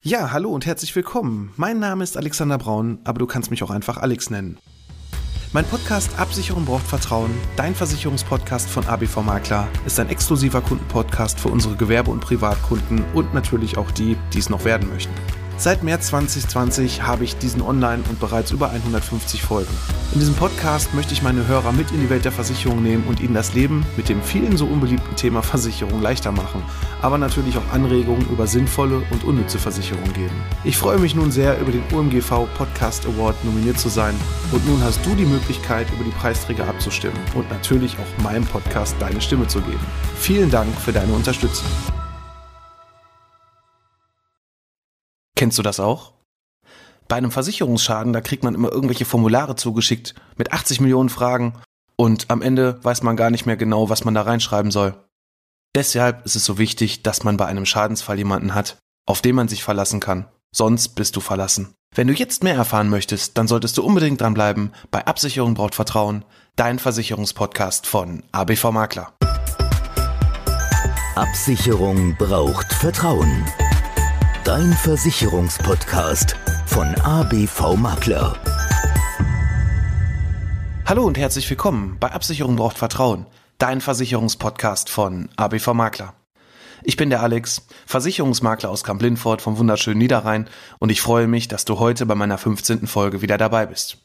Ja, hallo und herzlich willkommen. Mein Name ist Alexander Braun, aber du kannst mich auch einfach Alex nennen. Mein Podcast Absicherung braucht Vertrauen, dein Versicherungspodcast von ABV Makler, ist ein exklusiver Kundenpodcast für unsere Gewerbe- und Privatkunden und natürlich auch die, die es noch werden möchten. Seit März 2020 habe ich diesen online und bereits über 150 Folgen. In diesem Podcast möchte ich meine Hörer mit in die Welt der Versicherung nehmen und ihnen das Leben mit dem vielen so unbeliebten Thema Versicherung leichter machen, aber natürlich auch Anregungen über sinnvolle und unnütze Versicherung geben. Ich freue mich nun sehr, über den OMGV Podcast Award nominiert zu sein und nun hast du die Möglichkeit, über die Preisträger abzustimmen und natürlich auch meinem Podcast deine Stimme zu geben. Vielen Dank für deine Unterstützung. Kennst du das auch? Bei einem Versicherungsschaden, da kriegt man immer irgendwelche Formulare zugeschickt mit 80 Millionen Fragen und am Ende weiß man gar nicht mehr genau, was man da reinschreiben soll. Deshalb ist es so wichtig, dass man bei einem Schadensfall jemanden hat, auf den man sich verlassen kann. Sonst bist du verlassen. Wenn du jetzt mehr erfahren möchtest, dann solltest du unbedingt dranbleiben bei Absicherung braucht Vertrauen, dein Versicherungspodcast von ABV Makler. Absicherung braucht Vertrauen. Dein Versicherungspodcast von ABV Makler. Hallo und herzlich willkommen bei Absicherung braucht Vertrauen, dein Versicherungspodcast von ABV Makler. Ich bin der Alex, Versicherungsmakler aus Kamp-Lindfort vom wunderschönen Niederrhein und ich freue mich, dass du heute bei meiner 15. Folge wieder dabei bist.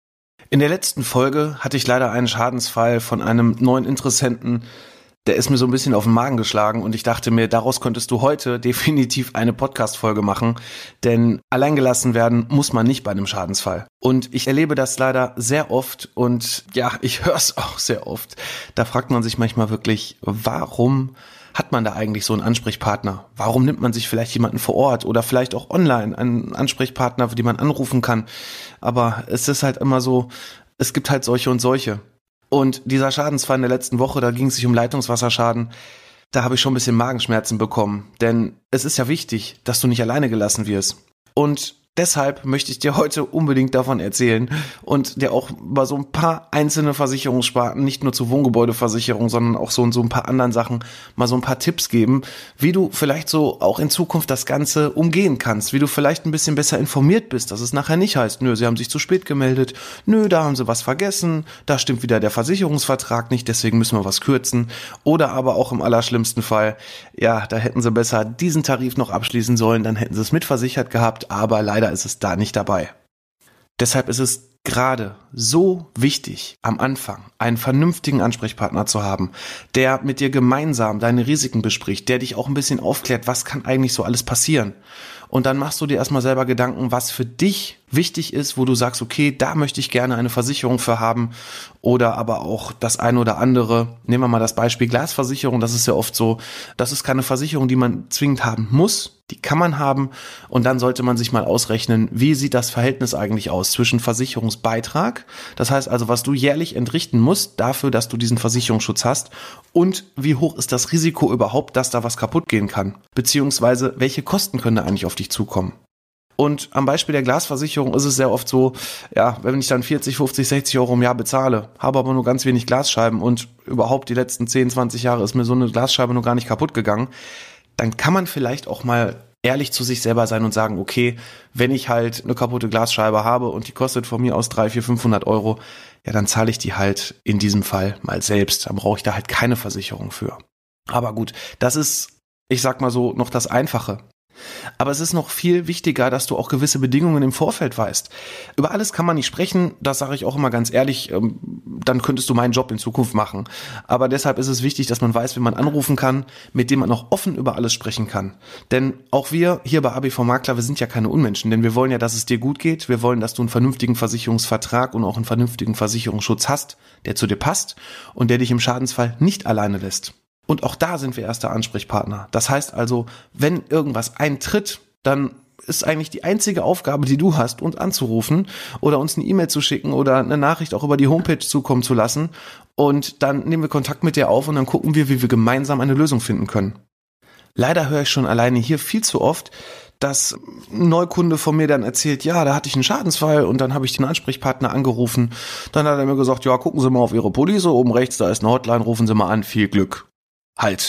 In der letzten Folge hatte ich leider einen Schadensfall von einem neuen Interessenten, der ist mir so ein bisschen auf den Magen geschlagen und ich dachte mir, daraus könntest du heute definitiv eine Podcast-Folge machen, denn alleingelassen werden muss man nicht bei einem Schadensfall. Und ich erlebe das leider sehr oft und ja, ich höre es auch sehr oft. Da fragt man sich manchmal wirklich, warum hat man da eigentlich so einen Ansprechpartner? Warum nimmt man sich vielleicht jemanden vor Ort oder vielleicht auch online, einen Ansprechpartner, den man anrufen kann? Aber es ist halt immer so, es gibt halt solche und solche. Und dieser Schadensfall in der letzten Woche, da ging es sich um Leitungswasserschaden, da habe ich schon ein bisschen Magenschmerzen bekommen. Denn es ist ja wichtig, dass du nicht alleine gelassen wirst. Und deshalb möchte ich dir heute unbedingt davon erzählen und dir auch über so ein paar einzelne Versicherungssparten, nicht nur zur Wohngebäudeversicherung, sondern auch so ein paar anderen Sachen, mal so ein paar Tipps geben, wie du vielleicht so auch in Zukunft das Ganze umgehen kannst, wie du vielleicht ein bisschen besser informiert bist, dass es nachher nicht heißt, nö, sie haben sich zu spät gemeldet, nö, da haben sie was vergessen, da stimmt wieder der Versicherungsvertrag nicht, deswegen müssen wir was kürzen, oder aber auch im allerschlimmsten Fall, ja, da hätten sie besser diesen Tarif noch abschließen sollen, dann hätten sie es mitversichert gehabt, aber leider ist es da nicht dabei. Deshalb ist es gerade so wichtig, am Anfang einen vernünftigen Ansprechpartner zu haben, der mit dir gemeinsam deine Risiken bespricht, der dich auch ein bisschen aufklärt, was kann eigentlich so alles passieren. Und dann machst du dir erstmal selber Gedanken, was für dich wichtig ist, wo du sagst, okay, da möchte ich gerne eine Versicherung für haben oder aber auch das eine oder andere. Nehmen wir mal das Beispiel Glasversicherung, das ist ja oft so, das ist keine Versicherung, die man zwingend haben muss, die kann man haben und dann sollte man sich mal ausrechnen, wie sieht das Verhältnis eigentlich aus zwischen Versicherungsbeitrag, das heißt also, was du jährlich entrichten musst dafür, dass du diesen Versicherungsschutz hast und wie hoch ist das Risiko überhaupt, dass da was kaputt gehen kann, beziehungsweise welche Kosten können da eigentlich auf dich zukommen. Und am Beispiel der Glasversicherung ist es sehr oft so, ja, wenn ich dann 40, 50, 60 Euro im Jahr bezahle, habe aber nur ganz wenig Glasscheiben und überhaupt die letzten 10, 20 Jahre ist mir so eine Glasscheibe noch gar nicht kaputt gegangen, dann kann man vielleicht auch mal ehrlich zu sich selber sein und sagen, okay, wenn ich halt eine kaputte Glasscheibe habe und die kostet von mir aus 300, 400, 500 Euro, ja, dann zahle ich die halt in diesem Fall mal selbst. Dann brauche ich da halt keine Versicherung für. Aber gut, das ist, ich sag mal so, noch das Einfache. Aber es ist noch viel wichtiger, dass du auch gewisse Bedingungen im Vorfeld weißt. Über alles kann man nicht sprechen, das sage ich auch immer ganz ehrlich, dann könntest du meinen Job in Zukunft machen. Aber deshalb ist es wichtig, dass man weiß, wen man anrufen kann, mit dem man auch offen über alles sprechen kann. Denn auch wir hier bei ABV Makler, wir sind ja keine Unmenschen, denn wir wollen ja, dass es dir gut geht, wir wollen, dass du einen vernünftigen Versicherungsvertrag und auch einen vernünftigen Versicherungsschutz hast, der zu dir passt und der dich im Schadensfall nicht alleine lässt. Und auch da sind wir erster Ansprechpartner. Das heißt also, wenn irgendwas eintritt, dann ist eigentlich die einzige Aufgabe, die du hast, uns anzurufen oder uns eine E-Mail zu schicken oder eine Nachricht auch über die Homepage zukommen zu lassen. Und dann nehmen wir Kontakt mit dir auf und dann gucken wir, wie wir gemeinsam eine Lösung finden können. Leider höre ich schon alleine hier viel zu oft, dass ein Neukunde von mir dann erzählt, ja, da hatte ich einen Schadensfall und dann habe ich den Ansprechpartner angerufen. Dann hat er mir gesagt, ja, gucken Sie mal auf Ihre Police, oben rechts, da ist eine Hotline, rufen Sie mal an, viel Glück. Halt,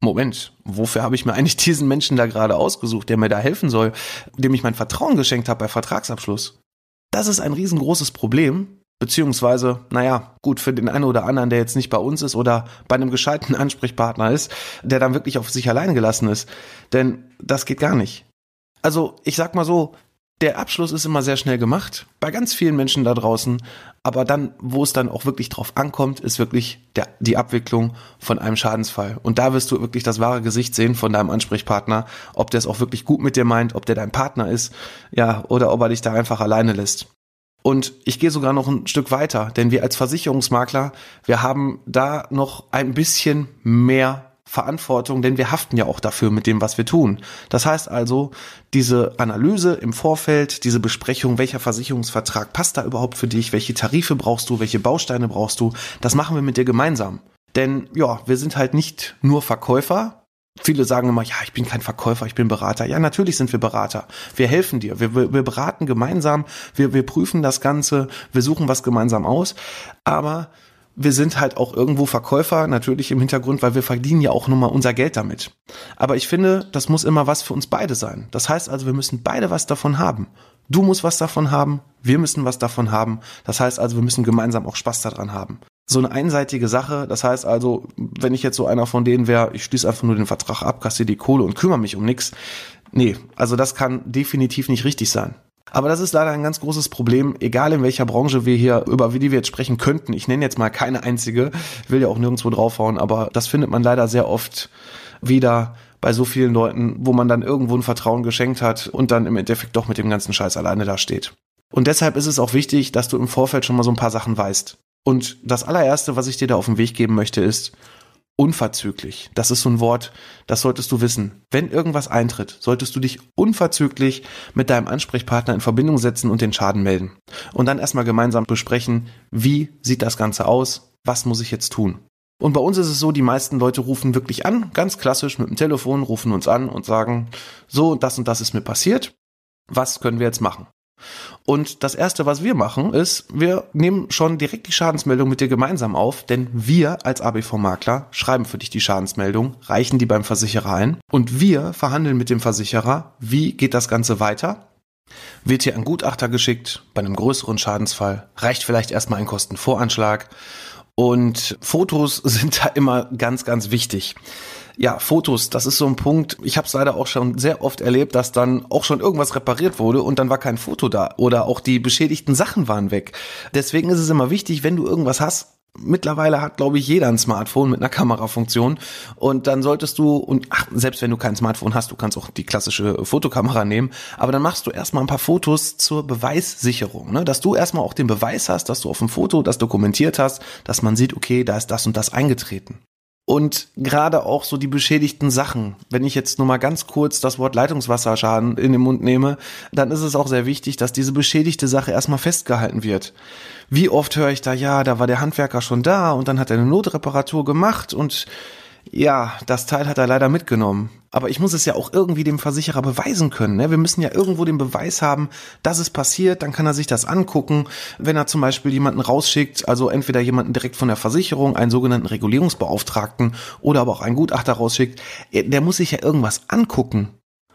Moment, wofür habe ich mir eigentlich diesen Menschen da gerade ausgesucht, der mir da helfen soll, dem ich mein Vertrauen geschenkt habe bei Vertragsabschluss? Das ist ein riesengroßes Problem, beziehungsweise, naja, gut, für den einen oder anderen, der jetzt nicht bei uns ist oder bei einem gescheiten Ansprechpartner ist, der dann wirklich auf sich alleine gelassen ist. Denn das geht gar nicht. Also, ich sag mal so, der Abschluss ist immer sehr schnell gemacht, bei ganz vielen Menschen da draußen, aber dann, wo es dann auch wirklich drauf ankommt, ist wirklich die Abwicklung von einem Schadensfall. Und da wirst du wirklich das wahre Gesicht sehen von deinem Ansprechpartner, ob der es auch wirklich gut mit dir meint, ob der dein Partner ist, ja, oder ob er dich da einfach alleine lässt. Und ich gehe sogar noch ein Stück weiter, denn wir als Versicherungsmakler, wir haben da noch ein bisschen mehr Verantwortung, denn wir haften ja auch dafür mit dem, was wir tun. Das heißt also, diese Analyse im Vorfeld, diese Besprechung, welcher Versicherungsvertrag passt da überhaupt für dich, welche Tarife brauchst du, welche Bausteine brauchst du, das machen wir mit dir gemeinsam. Denn ja, wir sind halt nicht nur Verkäufer. Viele sagen immer, ja, ich bin kein Verkäufer, ich bin Berater. Ja, natürlich sind wir Berater. Wir helfen dir, wir beraten gemeinsam, wir prüfen das Ganze, wir suchen was gemeinsam aus, aber wir sind halt auch irgendwo Verkäufer, natürlich im Hintergrund, weil wir verdienen ja auch nur mal unser Geld damit. Aber ich finde, das muss immer was für uns beide sein. Das heißt also, wir müssen beide was davon haben. Du musst was davon haben, wir müssen was davon haben. Das heißt also, wir müssen gemeinsam auch Spaß daran haben. So eine einseitige Sache, das heißt also, wenn ich jetzt so einer von denen wäre, ich schließe einfach nur den Vertrag ab, kassiere die Kohle und kümmere mich um nichts. Nee, also das kann definitiv nicht richtig sein. Aber das ist leider ein ganz großes Problem, egal in welcher Branche wir hier, über die wir jetzt sprechen könnten. Ich nenne jetzt mal keine einzige, will ja auch nirgendwo draufhauen, aber das findet man leider sehr oft wieder bei so vielen Leuten, wo man dann irgendwo ein Vertrauen geschenkt hat und dann im Endeffekt doch mit dem ganzen Scheiß alleine da steht. Und deshalb ist es auch wichtig, dass du im Vorfeld schon mal so ein paar Sachen weißt. Und das allererste, was ich dir da auf den Weg geben möchte, ist unverzüglich. Das ist so ein Wort, das solltest du wissen. Wenn irgendwas eintritt, solltest du dich unverzüglich mit deinem Ansprechpartner in Verbindung setzen und den Schaden melden. Und dann erstmal gemeinsam besprechen, wie sieht das Ganze aus, was muss ich jetzt tun. Und bei uns ist es so, die meisten Leute rufen wirklich an, ganz klassisch mit dem Telefon, rufen uns an und sagen, so und das ist mir passiert, was können wir jetzt machen? Und das Erste, was wir machen, ist, wir nehmen schon direkt die Schadensmeldung mit dir gemeinsam auf, denn wir als ABV-Makler schreiben für dich die Schadensmeldung, reichen die beim Versicherer ein und wir verhandeln mit dem Versicherer, wie geht das Ganze weiter. Wird hier ein Gutachter geschickt, bei einem größeren Schadensfall reicht vielleicht erstmal ein Kostenvoranschlag und Fotos sind da immer ganz, ganz wichtig. Ja, Fotos, das ist so ein Punkt, ich habe es leider auch schon sehr oft erlebt, dass dann auch schon irgendwas repariert wurde und dann war kein Foto da oder auch die beschädigten Sachen waren weg. Deswegen ist es immer wichtig, wenn du irgendwas hast, mittlerweile hat, glaube ich, jeder ein Smartphone mit einer Kamerafunktion und dann solltest du, und selbst wenn du kein Smartphone hast, du kannst auch die klassische Fotokamera nehmen, aber dann machst du erstmal ein paar Fotos zur Beweissicherung, ne? Dass du erstmal auch den Beweis hast, dass du auf dem Foto das dokumentiert hast, dass man sieht, okay, da ist das und das eingetreten. Und gerade auch so die beschädigten Sachen, wenn ich jetzt nur mal ganz kurz das Wort Leitungswasserschaden in den Mund nehme, dann ist es auch sehr wichtig, dass diese beschädigte Sache erstmal festgehalten wird. Wie oft höre ich da, ja, da war der Handwerker schon da und dann hat er eine Notreparatur gemacht und ja, das Teil hat er leider mitgenommen. Aber ich muss es ja auch irgendwie dem Versicherer beweisen können, ne? Wir müssen ja irgendwo den Beweis haben, dass es passiert, dann kann er sich das angucken. Wenn er zum Beispiel jemanden rausschickt, also entweder jemanden direkt von der Versicherung, einen sogenannten Regulierungsbeauftragten oder aber auch einen Gutachter rausschickt, der muss sich ja irgendwas angucken.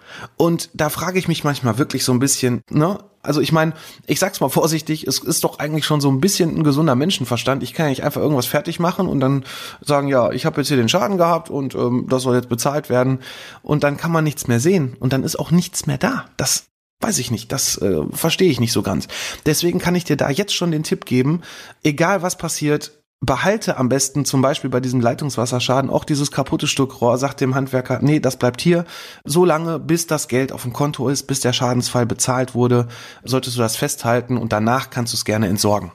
Und da frage ich mich manchmal wirklich so ein bisschen, ne? Also ich meine, ich sag's mal vorsichtig, es ist doch eigentlich schon so ein bisschen ein gesunder Menschenverstand. Ich kann ja nicht einfach irgendwas fertig machen und dann sagen, ja, ich habe jetzt hier den Schaden gehabt und das soll jetzt bezahlt werden. Und dann kann man nichts mehr sehen und dann ist auch nichts mehr da. Das weiß ich nicht, das verstehe ich nicht so ganz. Deswegen kann ich dir da jetzt schon den Tipp geben, egal was passiert, behalte am besten zum Beispiel bei diesem Leitungswasserschaden auch dieses kaputte Stück Rohr, sagt dem Handwerker, nee, das bleibt hier, so lange, bis das Geld auf dem Konto ist, bis der Schadensfall bezahlt wurde, solltest du das festhalten und danach kannst du es gerne entsorgen.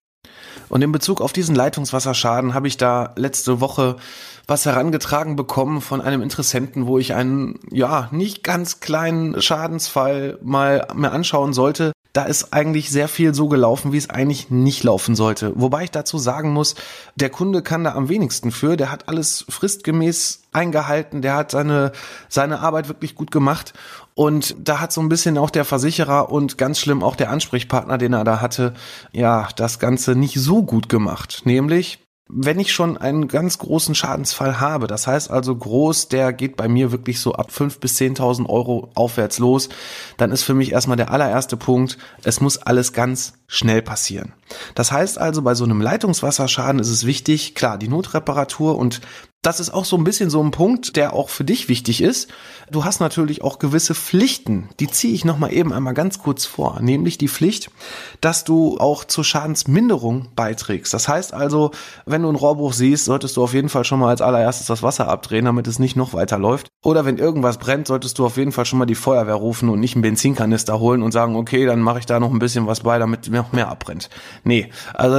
Und in Bezug auf diesen Leitungswasserschaden habe ich da letzte Woche was herangetragen bekommen von einem Interessenten, wo ich einen, ja, nicht ganz kleinen Schadensfall mal mir anschauen sollte. Da ist eigentlich sehr viel so gelaufen, wie es eigentlich nicht laufen sollte. Wobei ich dazu sagen muss, der Kunde kann da am wenigsten für. Der hat alles fristgemäß eingehalten. Der hat seine Arbeit wirklich gut gemacht. Und da hat so ein bisschen auch der Versicherer und ganz schlimm auch der Ansprechpartner, den er da hatte, ja, das Ganze nicht so gut gemacht. Nämlich, Wenn ich schon einen ganz großen Schadensfall habe, das heißt also groß, der geht bei mir wirklich so ab 5.000 bis 10.000 Euro aufwärts los, dann ist für mich erstmal der allererste Punkt, es muss alles ganz schnell passieren. Das heißt also, bei so einem Leitungswasserschaden ist es wichtig, klar, die Notreparatur, und das ist auch so ein bisschen so ein Punkt, der auch für dich wichtig ist. Du hast natürlich auch gewisse Pflichten, die ziehe ich nochmal eben einmal ganz kurz vor, nämlich die Pflicht, dass du auch zur Schadensminderung beiträgst. Das heißt also, wenn du einen Rohrbruch siehst, solltest du auf jeden Fall schon mal als allererstes das Wasser abdrehen, damit es nicht noch weiter läuft. Oder wenn irgendwas brennt, solltest du auf jeden Fall schon mal die Feuerwehr rufen und nicht einen Benzinkanister holen und sagen, okay, dann mache ich da noch ein bisschen was bei, damit noch mehr abbrennt. Nee, also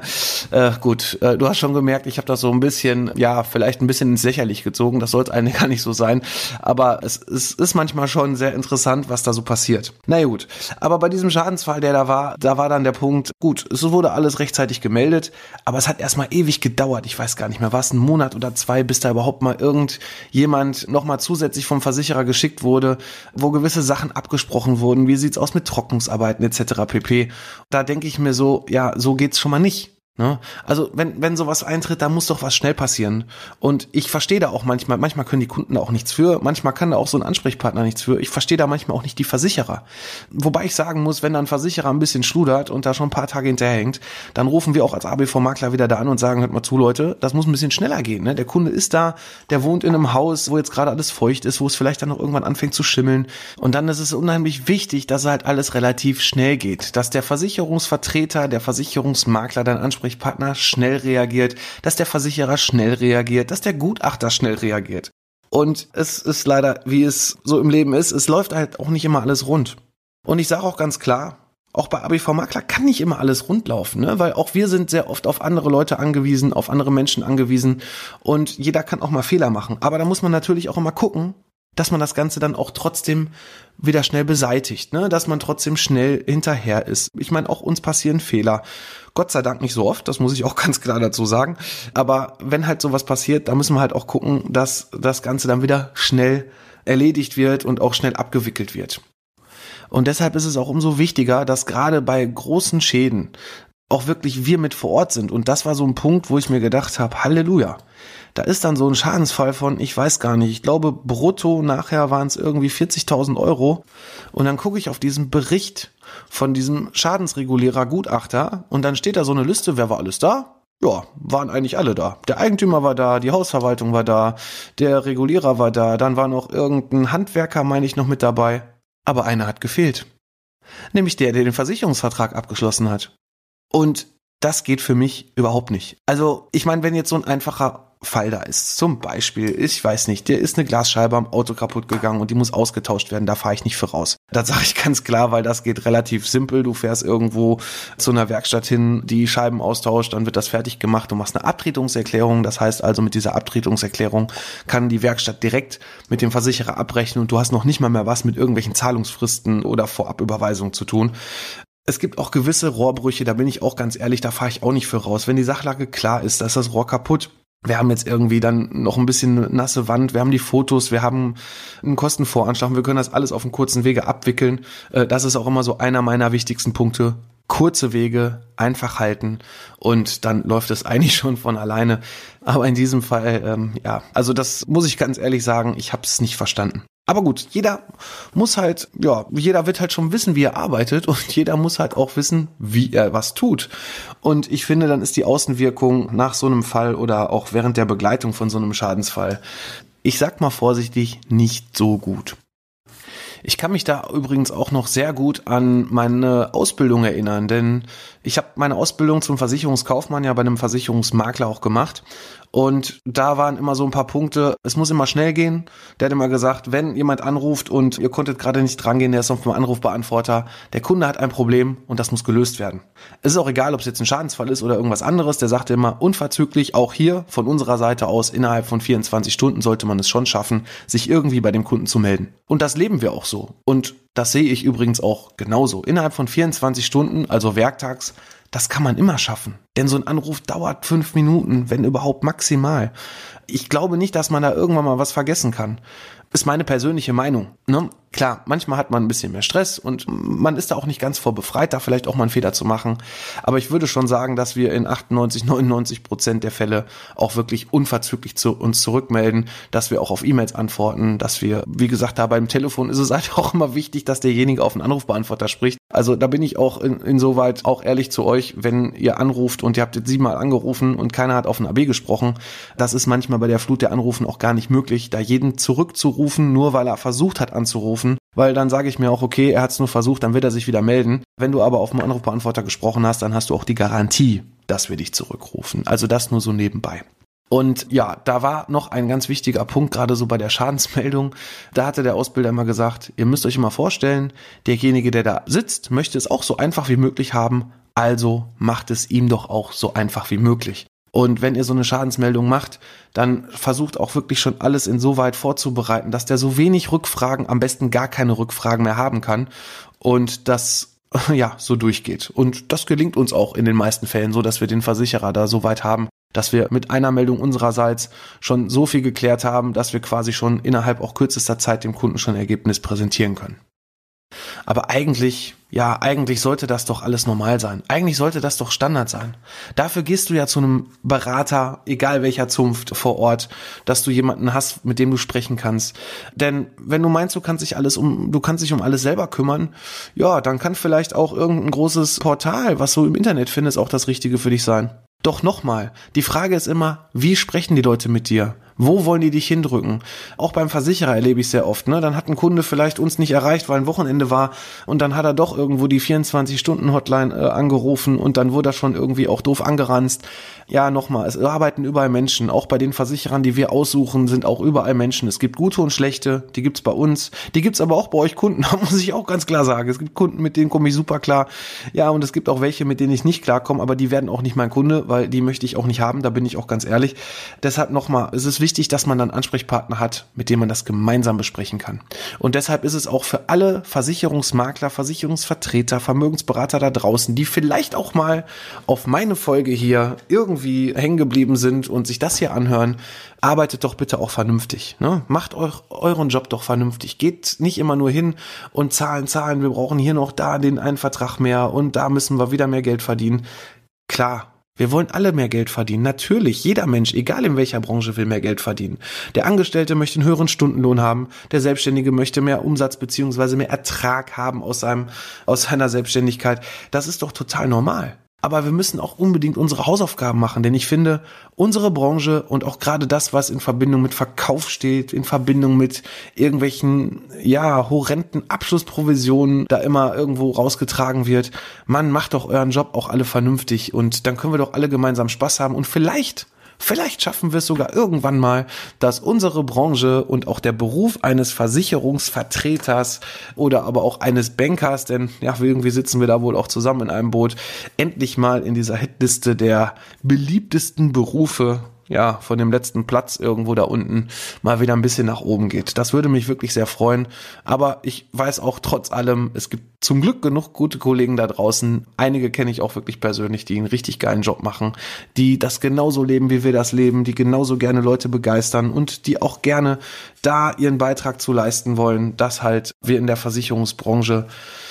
gut, du hast schon gemerkt, ich habe das so ein bisschen, ja, vielleicht ein bisschen ins Lächerliche gezogen, das soll es eigentlich gar nicht so sein, aber es ist manchmal schon sehr interessant, was da so passiert. Na gut, aber bei diesem Schadensfall, der da war dann der Punkt, gut, es wurde alles rechtzeitig gemeldet, aber es hat erstmal ewig gedauert, ich weiß gar nicht mehr, war es ein Monat oder 2, bis da überhaupt mal irgendjemand nochmal zusätzlich vom Versicherer geschickt wurde, wo gewisse Sachen abgesprochen wurden, wie sieht's aus mit Trocknungsarbeiten etc. pp. Da denke ich mir so, ja, so geht's schon mal nicht. Also wenn sowas eintritt, da muss doch was schnell passieren. Und ich verstehe da auch manchmal können die Kunden da auch nichts für, manchmal kann da auch so ein Ansprechpartner nichts für. Ich verstehe da manchmal auch nicht die Versicherer. Wobei ich sagen muss, wenn da ein Versicherer ein bisschen schludert und da schon ein paar Tage hinterhängt, dann rufen wir auch als ABV-Makler wieder da an und sagen, hört mal zu, Leute, das muss ein bisschen schneller gehen. Ne? Der Kunde ist da, der wohnt in einem Haus, wo jetzt gerade alles feucht ist, wo es vielleicht dann noch irgendwann anfängt zu schimmeln. Und dann ist es unheimlich wichtig, dass halt alles relativ schnell geht. Dass der Versicherungsvertreter, der Versicherungsmakler, dein Ansprechpartner schnell reagiert, dass der Versicherer schnell reagiert, dass der Gutachter schnell reagiert. Und es ist leider, wie es so im Leben ist, es läuft halt auch nicht immer alles rund. Und ich sage auch ganz klar, auch bei ABV-Makler kann nicht immer alles rund laufen, ne? Weil auch wir sind sehr oft auf andere Leute angewiesen, auf andere Menschen angewiesen und jeder kann auch mal Fehler machen. Aber da muss man natürlich auch immer gucken, dass man das Ganze dann auch trotzdem wieder schnell beseitigt, ne? Dass man trotzdem schnell hinterher ist. Ich meine, auch uns passieren Fehler. Gott sei Dank nicht so oft, das muss ich auch ganz klar dazu sagen. Aber wenn halt sowas passiert, da müssen wir halt auch gucken, dass das Ganze dann wieder schnell erledigt wird und auch schnell abgewickelt wird. Und deshalb ist es auch umso wichtiger, dass gerade bei großen Schäden auch wirklich wir mit vor Ort sind. Und das war so ein Punkt, wo ich mir gedacht habe, Halleluja. Da ist dann so ein Schadensfall von, ich weiß gar nicht, ich glaube brutto nachher waren es irgendwie 40.000 Euro. Und dann gucke ich auf diesen Bericht von diesem Schadensregulierer Gutachter und dann steht da so eine Liste, wer war alles da? Ja, waren eigentlich alle da. Der Eigentümer war da, die Hausverwaltung war da, der Regulierer war da, dann war noch irgendein Handwerker, meine ich, noch mit dabei. Aber einer hat gefehlt. Nämlich der den Versicherungsvertrag abgeschlossen hat. Und das geht für mich überhaupt nicht. Also, ich meine, wenn jetzt so ein einfacher Fall da ist, zum Beispiel, ich weiß nicht, der ist eine Glasscheibe am Auto kaputt gegangen und die muss ausgetauscht werden, da fahre ich nicht für raus. Das sage ich ganz klar, weil das geht relativ simpel. Du fährst irgendwo zu einer Werkstatt hin, die Scheiben austauscht, dann wird das fertig gemacht, du machst eine Abtretungserklärung, das heißt also mit dieser Abtretungserklärung kann die Werkstatt direkt mit dem Versicherer abrechnen und du hast noch nicht mal mehr was mit irgendwelchen Zahlungsfristen oder Vorabüberweisungen zu tun. Es gibt auch gewisse Rohrbrüche, da bin ich auch ganz ehrlich, da fahre ich auch nicht für raus. Wenn die Sachlage klar ist, da ist das Rohr kaputt. Wir haben jetzt irgendwie dann noch ein bisschen nasse Wand, wir haben die Fotos, wir haben einen Kostenvoranschlag, wir können das alles auf einem kurzen Wege abwickeln. Das ist auch immer so einer meiner wichtigsten Punkte. Kurze Wege, einfach halten und dann läuft es eigentlich schon von alleine. Aber in diesem Fall, also das muss ich ganz ehrlich sagen, ich habe es nicht verstanden. Aber gut, jeder wird halt schon wissen, wie er arbeitet und jeder muss halt auch wissen, wie er was tut. Und ich finde, dann ist die Außenwirkung nach so einem Fall oder auch während der Begleitung von so einem Schadensfall, ich sag mal vorsichtig, nicht so gut. Ich kann mich da übrigens auch noch sehr gut an meine Ausbildung erinnern, denn ich habe meine Ausbildung zum Versicherungskaufmann ja bei einem Versicherungsmakler auch gemacht und da waren immer so ein paar Punkte, es muss immer schnell gehen. Der hat immer gesagt, wenn jemand anruft und ihr konntet gerade nicht drangehen, der ist auf dem Anrufbeantworter, der Kunde hat ein Problem und das muss gelöst werden. Es ist auch egal, ob es jetzt ein Schadensfall ist oder irgendwas anderes, der sagte immer unverzüglich, auch hier von unserer Seite aus, innerhalb von 24 Stunden sollte man es schon schaffen, sich irgendwie bei dem Kunden zu melden. Und das leben wir auch so. Und das sehe ich übrigens auch genauso. Innerhalb von 24 Stunden, also werktags, das kann man immer schaffen. Denn so ein Anruf dauert 5 Minuten, wenn überhaupt maximal. Ich glaube nicht, dass man da irgendwann mal was vergessen kann. Ist meine persönliche Meinung, ne? Klar, manchmal hat man ein bisschen mehr Stress und man ist da auch nicht ganz vor befreit, da vielleicht auch mal einen Fehler zu machen. Aber ich würde schon sagen, dass wir in 98-99% der Fälle auch wirklich unverzüglich zu uns zurückmelden, dass wir auch auf E-Mails antworten, dass wir, wie gesagt, da beim Telefon ist es halt auch immer wichtig, dass derjenige auf den Anrufbeantworter spricht. Also da bin ich auch insoweit auch ehrlich zu euch, wenn ihr anruft und ihr habt jetzt 7-mal angerufen und keiner hat auf den AB gesprochen. Das ist manchmal bei der Flut der Anrufen auch gar nicht möglich, da jeden zurückzurufen, nur weil er versucht hat anzurufen. Weil dann sage ich mir auch, okay, er hat es nur versucht, dann wird er sich wieder melden. Wenn du aber auf dem Anrufbeantworter gesprochen hast, dann hast du auch die Garantie, dass wir dich zurückrufen. Also das nur so nebenbei. Und ja, da war noch ein ganz wichtiger Punkt, gerade so bei der Schadensmeldung. Da hatte der Ausbilder immer gesagt, ihr müsst euch immer vorstellen, derjenige, der da sitzt, möchte es auch so einfach wie möglich haben. Also macht es ihm doch auch so einfach wie möglich. Und wenn ihr so eine Schadensmeldung macht, dann versucht auch wirklich schon alles insoweit vorzubereiten, dass der so wenig Rückfragen, am besten gar keine Rückfragen mehr haben kann und das ja so durchgeht. Und das gelingt uns auch in den meisten Fällen so, dass wir den Versicherer da so weit haben, dass wir mit einer Meldung unsererseits schon so viel geklärt haben, dass wir quasi schon innerhalb auch kürzester Zeit dem Kunden schon ein Ergebnis präsentieren können. Aber eigentlich sollte das doch alles normal sein. Eigentlich sollte das doch Standard sein. Dafür gehst du ja zu einem Berater, egal welcher Zunft vor Ort, dass du jemanden hast, mit dem du sprechen kannst. Denn wenn du meinst, du kannst dich um alles selber kümmern, ja, dann kann vielleicht auch irgendein großes Portal, was du im Internet findest, auch das Richtige für dich sein. Doch nochmal, die Frage ist immer, wie sprechen die Leute mit dir? Wo wollen die dich hindrücken? Auch beim Versicherer erlebe ich sehr oft, ne? Dann hat ein Kunde vielleicht uns nicht erreicht, weil ein Wochenende war und dann hat er doch irgendwo die 24-Stunden-Hotline angerufen und dann wurde er schon irgendwie auch doof angeranzt. Ja, nochmal, es arbeiten überall Menschen. Auch bei den Versicherern, die wir aussuchen, sind auch überall Menschen. Es gibt gute und schlechte, die gibt's bei uns. Die gibt's aber auch bei euch Kunden, da muss ich auch ganz klar sagen. Es gibt Kunden, mit denen komme ich super klar. Ja, und es gibt auch welche, mit denen ich nicht klarkomme, aber die werden auch nicht mein Kunde, weil die möchte ich auch nicht haben, da bin ich auch ganz ehrlich. Deshalb nochmal, es ist wichtig, dass man dann Ansprechpartner hat, mit dem man das gemeinsam besprechen kann. Und deshalb ist es auch für alle Versicherungsmakler, Versicherungsvertreter, Vermögensberater da draußen, die vielleicht auch mal auf meine Folge hier irgendwie hängen geblieben sind und sich das hier anhören, arbeitet doch bitte auch vernünftig. Ne? Macht euren Job doch vernünftig. Geht nicht immer nur hin und zahlen. Wir brauchen hier noch da den einen Vertrag mehr und da müssen wir wieder mehr Geld verdienen. Klar. Wir wollen alle mehr Geld verdienen. Natürlich, jeder Mensch, egal in welcher Branche, will mehr Geld verdienen. Der Angestellte möchte einen höheren Stundenlohn haben. Der Selbstständige möchte mehr Umsatz bzw. mehr Ertrag haben aus seiner Selbstständigkeit. Das ist doch total normal. Aber wir müssen auch unbedingt unsere Hausaufgaben machen, denn ich finde, unsere Branche und auch gerade das, was in Verbindung mit Verkauf steht, in Verbindung mit irgendwelchen, horrenden Abschlussprovisionen da immer irgendwo rausgetragen wird, Mann, macht doch euren Job auch alle vernünftig und dann können wir doch alle gemeinsam Spaß haben und vielleicht schaffen wir es sogar irgendwann mal, dass unsere Branche und auch der Beruf eines Versicherungsvertreters oder aber auch eines Bankers, denn ja, irgendwie sitzen wir da wohl auch zusammen in einem Boot, endlich mal in dieser Hitliste der beliebtesten Berufe, ja, von dem letzten Platz irgendwo da unten mal wieder ein bisschen nach oben geht. Das würde mich wirklich sehr freuen. Aber ich weiß auch trotz allem, es gibt zum Glück genug gute Kollegen da draußen. Einige kenne ich auch wirklich persönlich, die einen richtig geilen Job machen, die das genauso leben, wie wir das leben, die genauso gerne Leute begeistern und die auch gerne da ihren Beitrag zu leisten wollen, dass halt wir in der Versicherungsbranche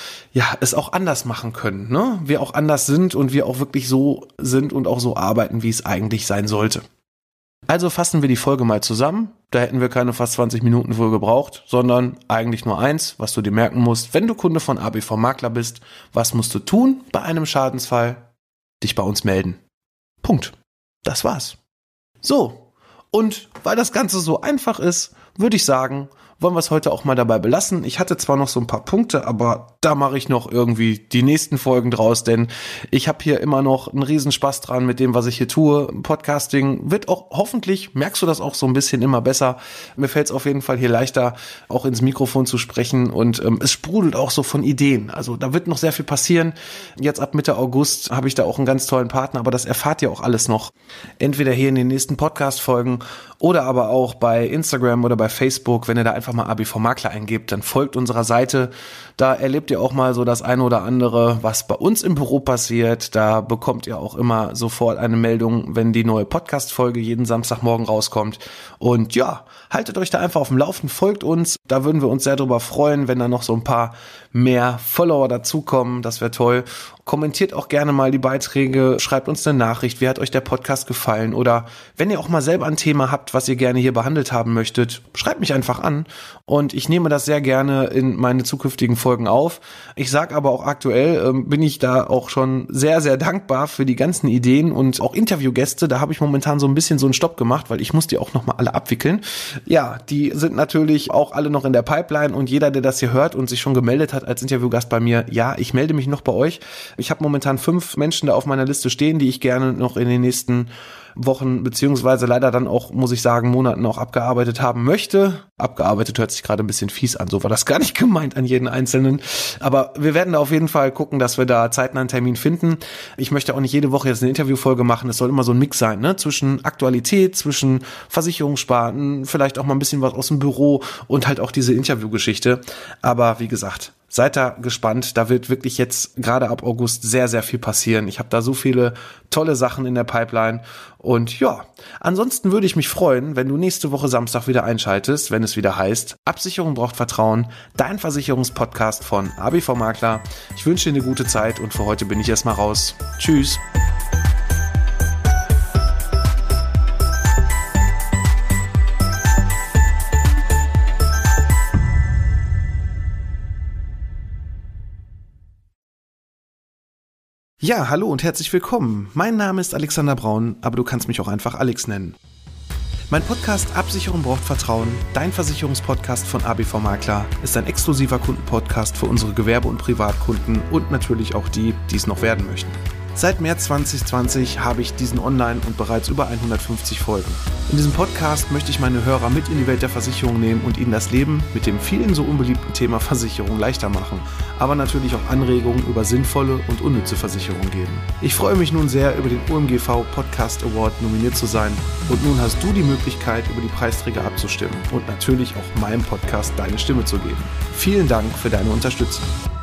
es auch anders machen können, ne? Wir auch anders sind und wir auch wirklich so sind und auch so arbeiten, wie es eigentlich sein sollte. Also fassen wir die Folge mal zusammen. Da hätten wir keine fast 20 Minuten für gebraucht, sondern eigentlich nur eins, was du dir merken musst. Wenn du Kunde von ABV Makler bist, was musst du tun bei einem Schadensfall? Dich bei uns melden. Punkt. Das war's. So, und weil das Ganze so einfach ist, würde ich sagen, wollen wir es heute auch mal dabei belassen. Ich hatte zwar noch so ein paar Punkte, aber da mache ich noch irgendwie die nächsten Folgen draus, denn ich habe hier immer noch einen Riesenspaß dran mit dem, was ich hier tue. Podcasting wird auch hoffentlich, merkst du das auch so ein bisschen immer besser. Mir fällt es auf jeden Fall hier leichter, auch ins Mikrofon zu sprechen und es sprudelt auch so von Ideen. Also da wird noch sehr viel passieren. Jetzt ab Mitte August habe ich da auch einen ganz tollen Partner, aber das erfahrt ihr auch alles noch. Entweder hier in den nächsten Podcast-Folgen oder aber auch bei Instagram oder bei Facebook, wenn ihr da einfach mal ABV Makler eingebt, dann folgt unserer Seite. Da erlebt ihr auch mal so das eine oder andere, was bei uns im Büro passiert. Da bekommt ihr auch immer sofort eine Meldung, wenn die neue Podcast-Folge jeden Samstagmorgen rauskommt. Und ja, haltet euch da einfach auf dem Laufenden, folgt uns. Da würden wir uns sehr drüber freuen, wenn da noch so ein paar mehr Follower dazukommen. Das wäre toll. Kommentiert auch gerne mal die Beiträge, schreibt uns eine Nachricht, wie hat euch der Podcast gefallen, oder wenn ihr auch mal selber ein Thema habt, was ihr gerne hier behandelt haben möchtet, schreibt mich einfach an und ich nehme das sehr gerne in meine zukünftigen Folgen auf. Ich sage aber auch aktuell, bin ich da auch schon sehr, sehr dankbar für die ganzen Ideen und auch Interviewgäste. Da habe ich momentan so ein bisschen so einen Stopp gemacht, weil ich muss die auch nochmal alle abwickeln. Ja, die sind natürlich auch alle noch in der Pipeline und jeder, der das hier hört und sich schon gemeldet hat als Interviewgast bei mir, ja, ich melde mich noch bei euch. Ich habe momentan 5 Menschen da auf meiner Liste stehen, die ich gerne noch in den nächsten Wochen beziehungsweise leider dann auch, muss ich sagen, Monaten auch abgearbeitet haben möchte. Abgearbeitet hört sich gerade ein bisschen fies an, so war das gar nicht gemeint an jeden Einzelnen. Aber wir werden da auf jeden Fall gucken, dass wir da zeitnah einen Termin finden. Ich möchte auch nicht jede Woche jetzt eine Interviewfolge machen. Es soll immer so ein Mix sein, ne? Zwischen Aktualität, zwischen Versicherungssparten, vielleicht auch mal ein bisschen was aus dem Büro und halt auch diese Interviewgeschichte. Aber wie gesagt, seid da gespannt, da wird wirklich jetzt gerade ab August sehr, sehr viel passieren. Ich habe da so viele tolle Sachen in der Pipeline und ja, ansonsten würde ich mich freuen, wenn du nächste Woche Samstag wieder einschaltest, wenn es wieder heißt, Absicherung braucht Vertrauen, dein Versicherungspodcast von ABV Makler. Ich wünsche dir eine gute Zeit und für heute bin ich erstmal raus. Tschüss. Ja, hallo und herzlich willkommen. Mein Name ist Alexander Braun, aber du kannst mich auch einfach Alex nennen. Mein Podcast Absicherung braucht Vertrauen, dein Versicherungspodcast von ABV Makler, ist ein exklusiver Kundenpodcast für unsere Gewerbe- und Privatkunden und natürlich auch die, die es noch werden möchten. Seit März 2020 habe ich diesen online und bereits über 150 Folgen. In diesem Podcast möchte ich meine Hörer mit in die Welt der Versicherung nehmen und ihnen das Leben mit dem vielen so unbeliebten Thema Versicherung leichter machen, aber natürlich auch Anregungen über sinnvolle und unnütze Versicherung geben. Ich freue mich nun sehr, über den OMGV Podcast Award nominiert zu sein und nun hast du die Möglichkeit, über die Preisträger abzustimmen und natürlich auch meinem Podcast deine Stimme zu geben. Vielen Dank für deine Unterstützung.